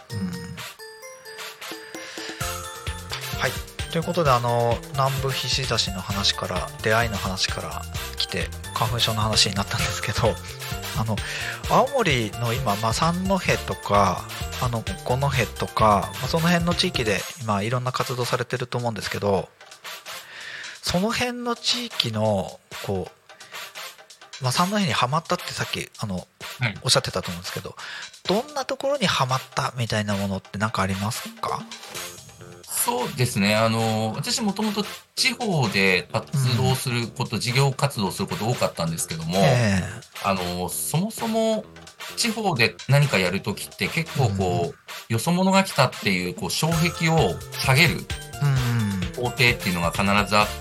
はい、ということで南部ひしざしの話から出会いの話から来て花粉症の話になったんですけど、青森の今、三戸とか五戸とか、その辺の地域で今いろんな活動されてると思うんですけど、その辺の地域の三戸にはまったってさっきおっしゃってたと思うんですけど、どんなところにはまったみたいなものって何かありますか？ そうですね。私もともと地方で活動すること、事業活動すること多かったんですけども、そもそも地方で何かやるときって結構よそ者が来たっていう障壁を下げる工程っていうのが必ずあって、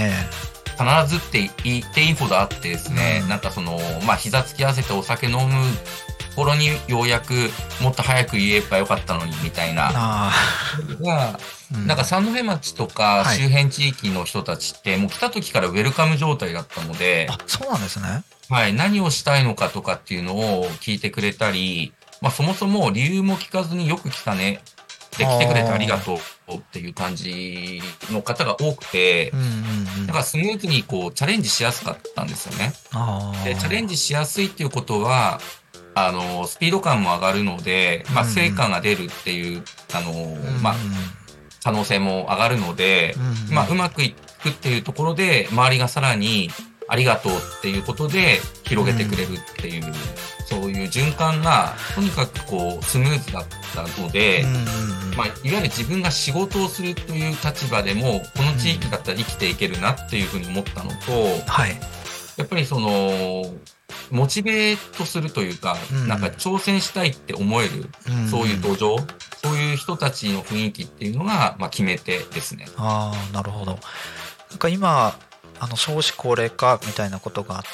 必ずって言っていいほどあってですね、なんか膝突き合わせてお酒飲む頃にようやくもっと早く言えばよかったのにみたいななんか三戸町とか周辺地域の人たちってもう来た時からウェルカム状態だったので、 そうなんですね。 何をしたいのかとかっていうのを聞いてくれたり、そもそも理由も聞かずによく来たねで来てくれてありがとうっていう感じの方が多くて、だからスムーズにチャレンジしやすかったんですよね。でチャレンジしやすいっていうことはスピード感も上がるので、成果が出るっていう可能性も上がるので、うまくいくっていうところで周りがさらにありがとうっていうことで広げてくれるっていう、そういう循環がとにかくスムーズだったので、いわゆる自分が仕事をするという立場でもこの地域だったら生きていけるなっていうふうに思ったのと、やっぱりモチベートするというか、なんか挑戦したいって思える、そういう土壌、そういう人たちの雰囲気っていうのが決め手ですね。 なるほど。なんか今少子高齢化みたいなことがあって、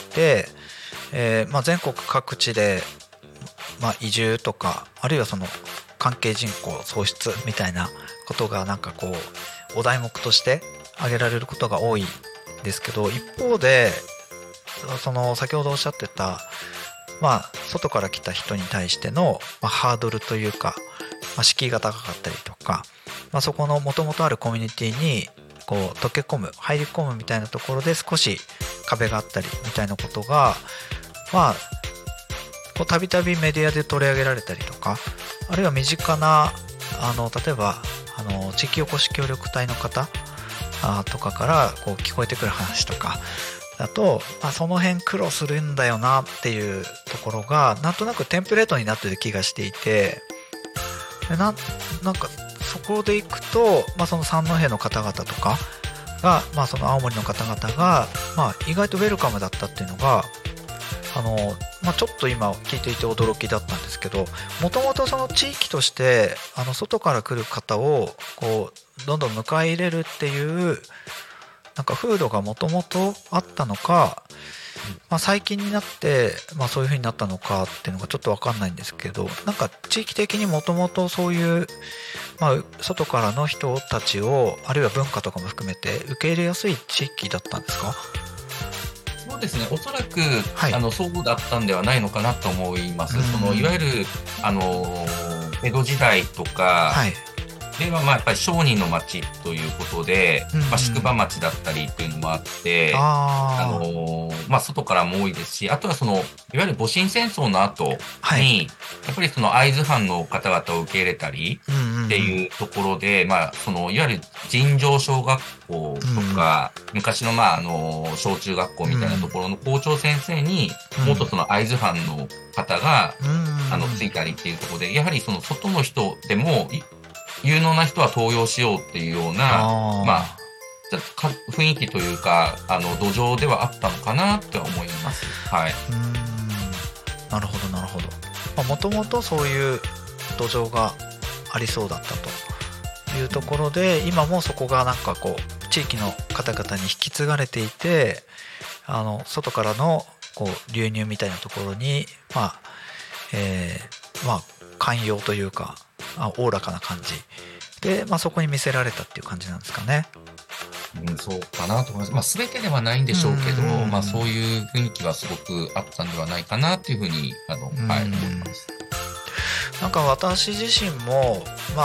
全国各地で、移住とかあるいは関係人口創出みたいなことがなんかお題目として挙げられることが多いんですけど、一方でその先ほどおっしゃってた、外から来た人に対しての、ハードルというか、敷居が高かったりとか、そこの元々あるコミュニティにこう溶け込む、入り込むみたいなところで少し壁があったりみたいなことがたびたびメディアで取り上げられたりとか、あるいは身近な例えば地域おこし協力隊の方とかからこう聞こえてくる話とかだと、その辺苦労するんだよなっていうところがなんとなくテンプレートになってる気がしていて、なんかそこでいくと、その三戸の方々とかが、その青森の方々が、意外とウェルカムだったっていうのがちょっと今聞いていて驚きだったんですけど、もともとその地域として外から来る方をこうどんどん迎え入れるっていうなんか風土がもともとあったのか、最近になって、そういう風になったのかっていうのがちょっと分かんないんですけど、なんか地域的にもともとそういう、外からの人たちをあるいは文化とかも含めて受け入れやすい地域だったんですか？ そうですね、おそらく、 はい、 そうだったんではないのかなと思います。いわゆる江戸時代とか、 はい、 ではやっぱり商人の町ということで、宿場町だったりっていうのもあって、外からも多いですし、あとはそのいわゆる戊辰戦争の後に、 はい、 やっぱりその会津藩の方々を受け入れたりっていうところで、そのいわゆる尋常小学校とか、昔の小中学校みたいなところの校長先生に、元その会津藩の方が、ついたりっていうところで、やはりその外の人でも有能な人は登用しようっていうような、雰囲気というか土壌ではあったのかなって思います。はい。 なるほどなるほど。もともとそういう土壌がありそうだったというところで、今もそこがなんかこう地域の方々に引き継がれていて、外からのこう流入みたいなところに寛容というかおおらかな感じで、そこに見せられたっていう感じなんですかね。 そうかなと思います。全てではないんでしょうけど、そういう雰囲気はすごくあったんではないかなっていうふうに思います。 なんか私自身も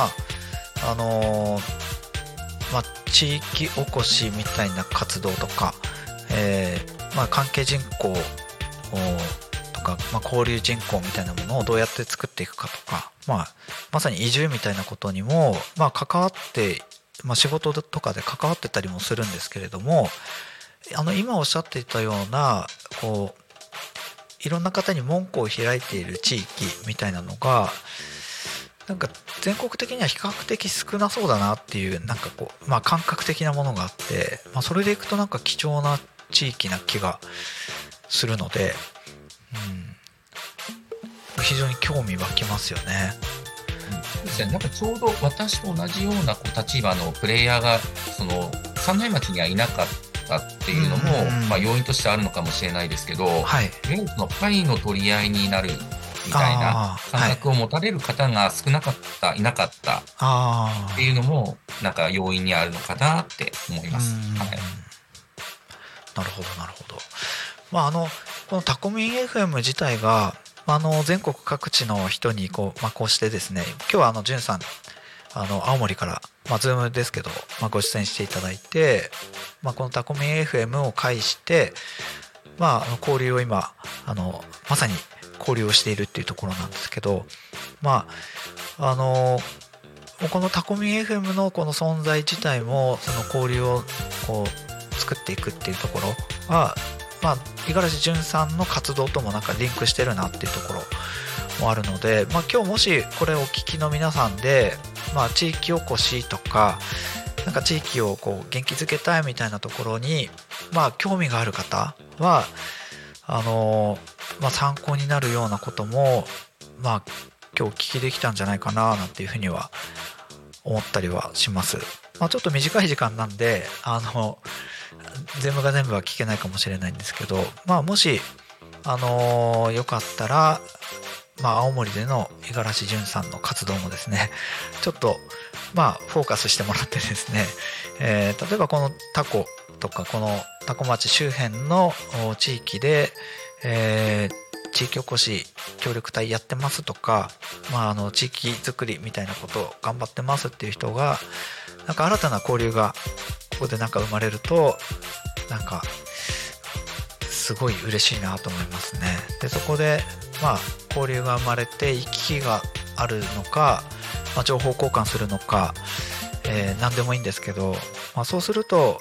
地域おこしみたいな活動とか、関係人口とか、交流人口みたいなものをどうやって作っていくかとか、まさに移住みたいなことにも、関わって、仕事とかで関わってたりもするんですけれども、今おっしゃっていたようなこういろんな方に門戸を開いている地域みたいなのがなんか全国的には比較的少なそうだなっていうなんかこう、感覚的なものがあって、それでいくとなんか貴重な地域な気がするので、非常に興味湧きますよね。 なんかちょうど私と同じような立場のプレイヤーがその三戸町にはいなかったっていうのも、要因としてあるのかもしれないですけど、いわゆるそのパイの取り合いになるみたいな感覚を持たれる方が少なかった、いなかったっていうのもなんか要因にあるのかなって思います。 なるほどなるほど。このタコミン FM 自体が全国各地の人にこうしてですね、今日はじゅんさん青森から、ズームですけど、ご出演していただいて、このタコミン FM を介して、交流を今まさに交流をしているっていうところなんですけど、このタコミン FM のこの存在自体もその交流をこう作っていくっていうところは五十嵐潤さんの活動ともなんかリンクしてるなっていうところもあるので、今日もしこれをお聞きの皆さんで、地域おこしとかなんか地域をこう元気づけたいみたいなところに興味がある方は参考になるようなことも今日お聞きできたんじゃないかななんていうふうには思ったりはします。ちょっと短い時間なんで全部が全部は聞けないかもしれないんですけど、もしよかったら、青森での五十嵐潤さんの活動もですねちょっとまあフォーカスしてもらってですね、例えばこのタコとかこのタコ町周辺の地域で、地域おこし協力隊やってますとか、地域づくりみたいなことを頑張ってますっていう人がなんか新たな交流がここでなんか生まれるとなんかすごい嬉しいなと思いますね。でそこで交流が生まれて行き来があるのか、情報交換するのか、何でもいいんですけど、そうすると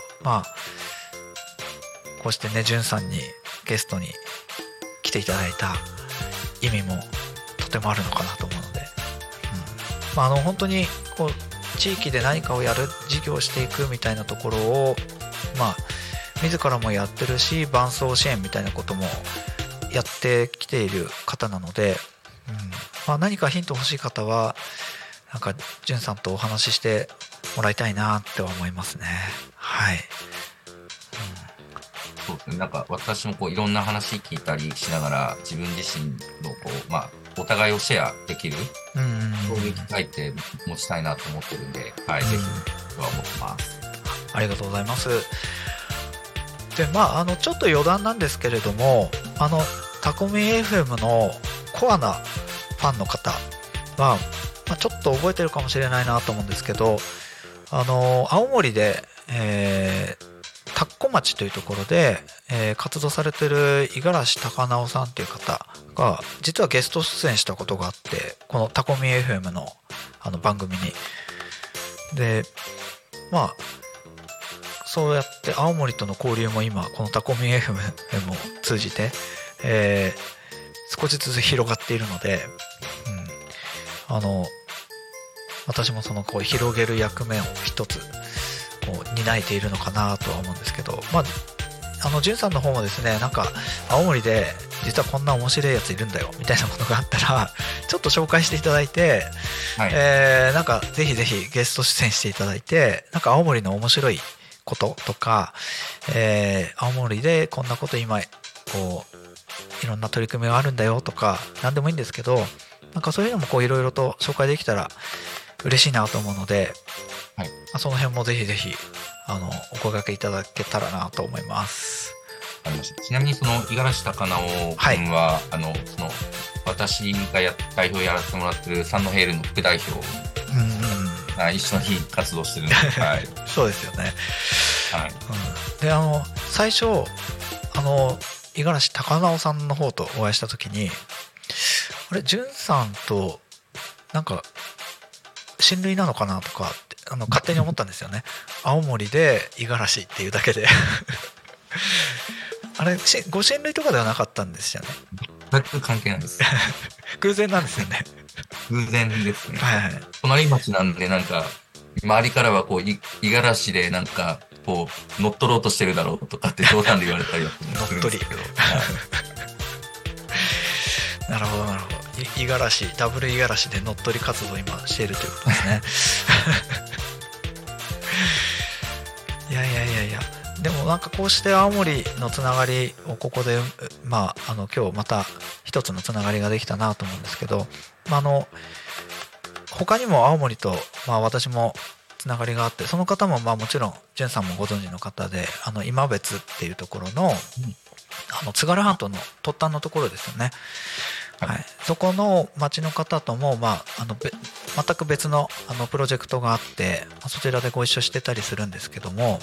こうしてねじゅんさんにゲストに来ていただいた意味もとてもあるのかなと思うので、本当にこう地域で何かをやる事業をしていくみたいなところを自らもやってるし伴走支援みたいなこともやってきている方なので、何かヒント欲しい方はなんかじゅんさんとお話ししてもらいたいなって思いますね。はい。 そうですね、なんか私もこういろんな話聞いたりしながら自分自身のこう、お互いをシェアできる、そういう機会って持ちたいなと思ってるんで、ぜひとは思ってます。 ありがとうございます。でちょっと余談なんですけれども、タコミ FM のコアなファンの方は、ちょっと覚えてるかもしれないなと思うんですけど、青森で、田子町というところで、活動されてる五十嵐高直さんっていう方が実はゲスト出演したことがあって、このタコミ FM の番組にでそうやって青森との交流も今このタコミ FM を通じて、少しずつ広がっているので、私もそのこう広げる役目を一つこう担えているのかなとは思うんですけど、じゅんさんの方もですね、なんか青森で実はこんな面白いやついるんだよみたいなことがあったらちょっと紹介していただいて、なんかぜひぜひゲスト出演していただいて、なんか青森の面白いこととか、青森でこんなこと今こういろんな取り組みがあるんだよとか何でもいいんですけど、なんかそういうのもこういろいろと紹介できたら嬉しいなと思うので、その辺もぜひぜひお声掛けいただけたらなと思います。 ちなみにその五十嵐高直君は、その私が代表やらせてもらってるサンノヘールの副代表、一緒に活動してるんで、 そうですよね。で最初五十嵐高直さんの方とお会いした時に、あれじゅんさんとなんか親類なのかなとかって勝手に思ったんですよね。青森で五十嵐っていうだけであれご親類とかではなかったんですよね。 全く関係ないです。 偶然なんですよね。 偶然ですね。隣町なんで、なんか周りからはこう五十嵐でなんかこう乗っ取ろうとしてるだろうとかって冗談で言われたりはするんですけど。 なるほどなるほど。五十嵐ダブル五十嵐で乗っ取り活動を今しているということですね。いやでもなんかこうして青森のつながりをここで今日また一つのつながりができたなと思うんですけど、他にも青森と私もつながりがあって、その方ももちろんじゅんさんもご存知の方で、今別っていうところの津軽半島の突端のところですよね。そこの町の方とも、全く別のプロジェクトがあって、そちらでご一緒してたりするんですけども、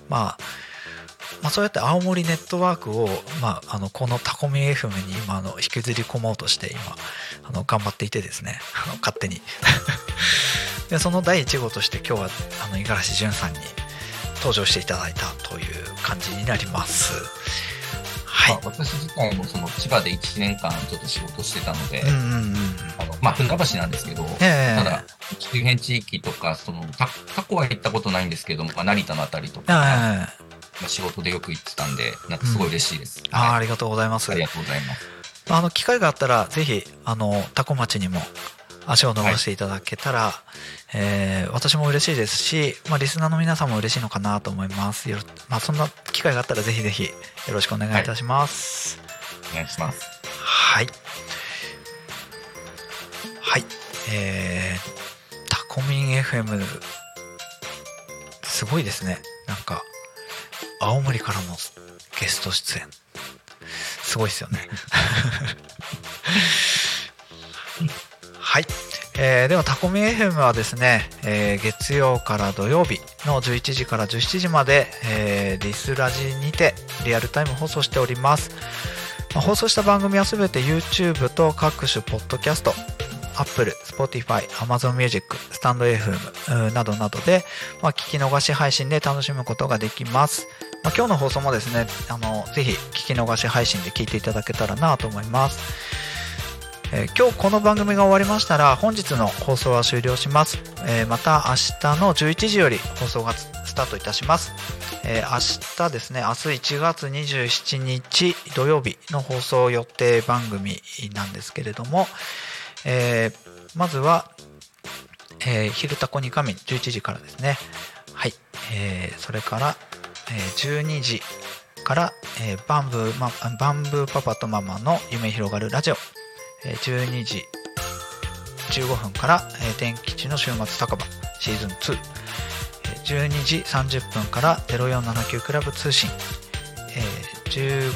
そうやって青森ネットワークを、このタコミ FM に今引きずり込もうとして今頑張っていてですね、勝手にでその第1号として今日は五十嵐潤さんに登場していただいたという感じになります。 私自体もその千葉で1年間ちょっと仕事してたので、船橋なんですけど、ただ周辺地域とか過去は行ったことないんですけど、成田のあたりとか、仕事でよく行ってたんで、なんかすごい嬉しいです。 ありがとうございます。 ありがとうございます。 機会があったらぜひ多古町にも足を伸ばしていただけたら、私も嬉しいですし、リスナーの皆さんも嬉しいのかなと思います。そんな機会があったらぜひぜひよろしくお願いいたします。 お願いします。 はい。タコミン FM すごいですね。なんか青森からのゲスト出演すごいですよねはい、ではタコミン FM はですね、月曜から土曜日の11時から17時まで、リスラジにてリアルタイム放送しております。放送した番組はすべて YouTube と各種ポッドキャスト、Apple、Spotify、Amazon Music、スタンド FM などなどで、聞き逃し配信で楽しむことができます。今日の放送もですね、ぜひ聞き逃し配信で聞いていただけたらなと思います。今日この番組が終わりましたら本日の放送は終了します。また明日の11時より放送がスタートいたします。明日ですね、明日1月27日土曜日の放送予定番組なんですけれども、まずは、昼タコに仮眠11時からですね。はい、それから、12時から、バンブーパパとママの夢広がるラジオ、12時15分から、天吉の週末酒場シーズン2、12時30分から0479クラブ通信、13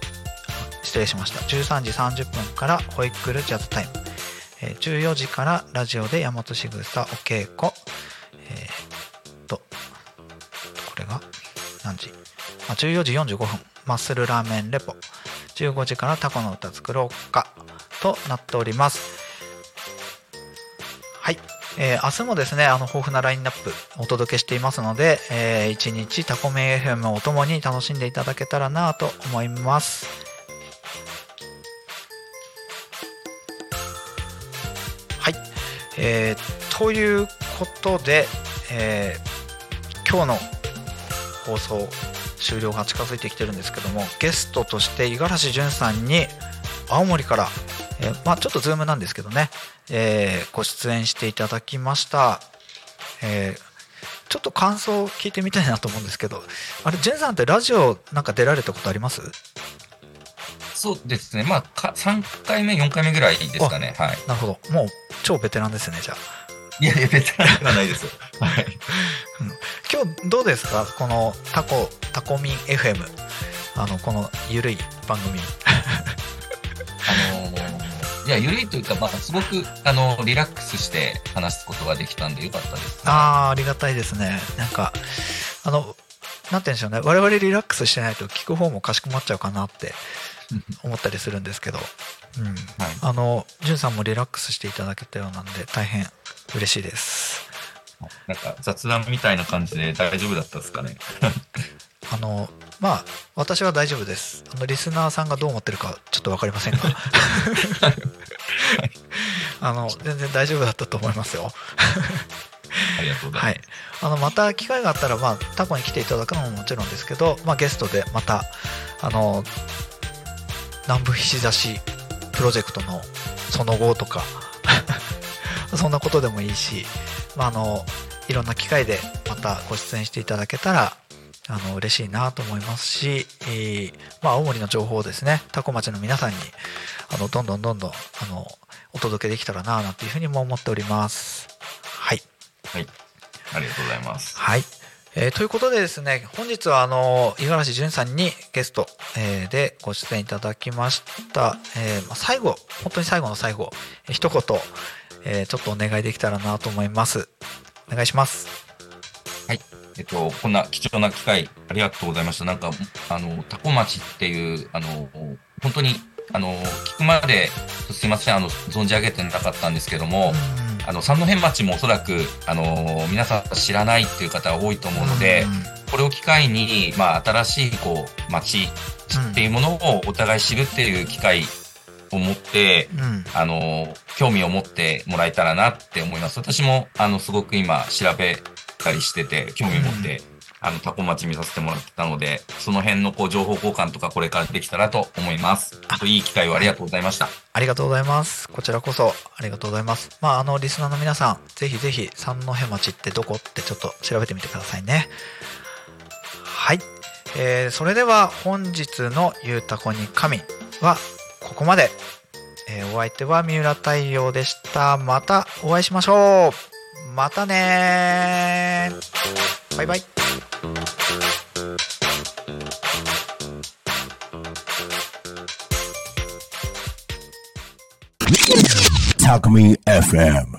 時30分からホイックルジャズタイム、14時からラジオで大和しぐさお稽古、これが何時、14時45分マッスルラーメンレポ、15時からタコの歌作ろうかとなっております。はい、明日もですね、豊富なラインナップお届けしていますので、一日タコメン FM をともに楽しんでいただけたらなと思います。はい、ということで、今日の放送終了が近づいてきてるんですけども、ゲストとして五十嵐潤さんに青森から、ちょっとズームなんですけどね、ご出演していただきました。ちょっと感想を聞いてみたいなと思うんですけど、あれ潤さんってラジオなんか出られたことあります？ そうですね、3回目4回目ぐらいですかね。はい、 なるほど、もう超ベテランですね。じゃあいやベテランではないですよはい、 今日どうですか、このタコミン FM、 このゆるい番組いや、ゆるいというか、すごくリラックスして話すことができたんでよかったです、ね。 ありがたいですね。なんかなんて言うんでしょうね、我々リラックスしてないと聞く方もかしこまっちゃうかなって思ったりするんですけど、はい、潤さんもリラックスしていただけたようなんで大変嬉しいです。 なんか雑談みたいな感じで大丈夫だったですかね私は大丈夫です。リスナーさんがどう思ってるかちょっと分かりませんが全然大丈夫だったと思いますよありがとうございます。 はい、また機会があったら、タコに来ていただくのももちろんですけど、ゲストでまた南部ひしざしプロジェクトのその後とかそんなことでもいいし、いろんな機会でまたご出演していただけたら嬉しいなと思いますし、青森の情報をですね、タコ町の皆さんにどんどんお届けできたらなというふうにも思っております。はい、 はい、ありがとうございます。 はい、ということでですね、本日は五十嵐潤さんにゲスト、でご出演いただきました。最後、本当に最後の最後、一言、ちょっとお願いできたらなと思います。お願いします。 はい、こんな貴重な機会ありがとうございました。なんかタコ町っていう本当に聞くまですいません、存じ上げてなかったんですけども、三戸町もおそらく皆さん知らないっていう方多いと思うので、これを機会に新しい町っていうものをお互い知るっていう機会を持って、興味を持ってもらえたらなって思います。私もすごく今調べたりしてて興味を持って、タコ町見させてもらってたので、その辺の情報交換とかこれからできたらと思います。いい機会をありがとうございました。 ありがとうございます。こちらこそありがとうございます。リスナーの皆さん、ぜひぜひ三戸町ってどこってちょっと調べてみてくださいね。はい、それでは本日のゆうたこに神はここまで。お相手は三浦太陽でした。またお会いしましょう。 またねー。バイバイ。 Talk Me FM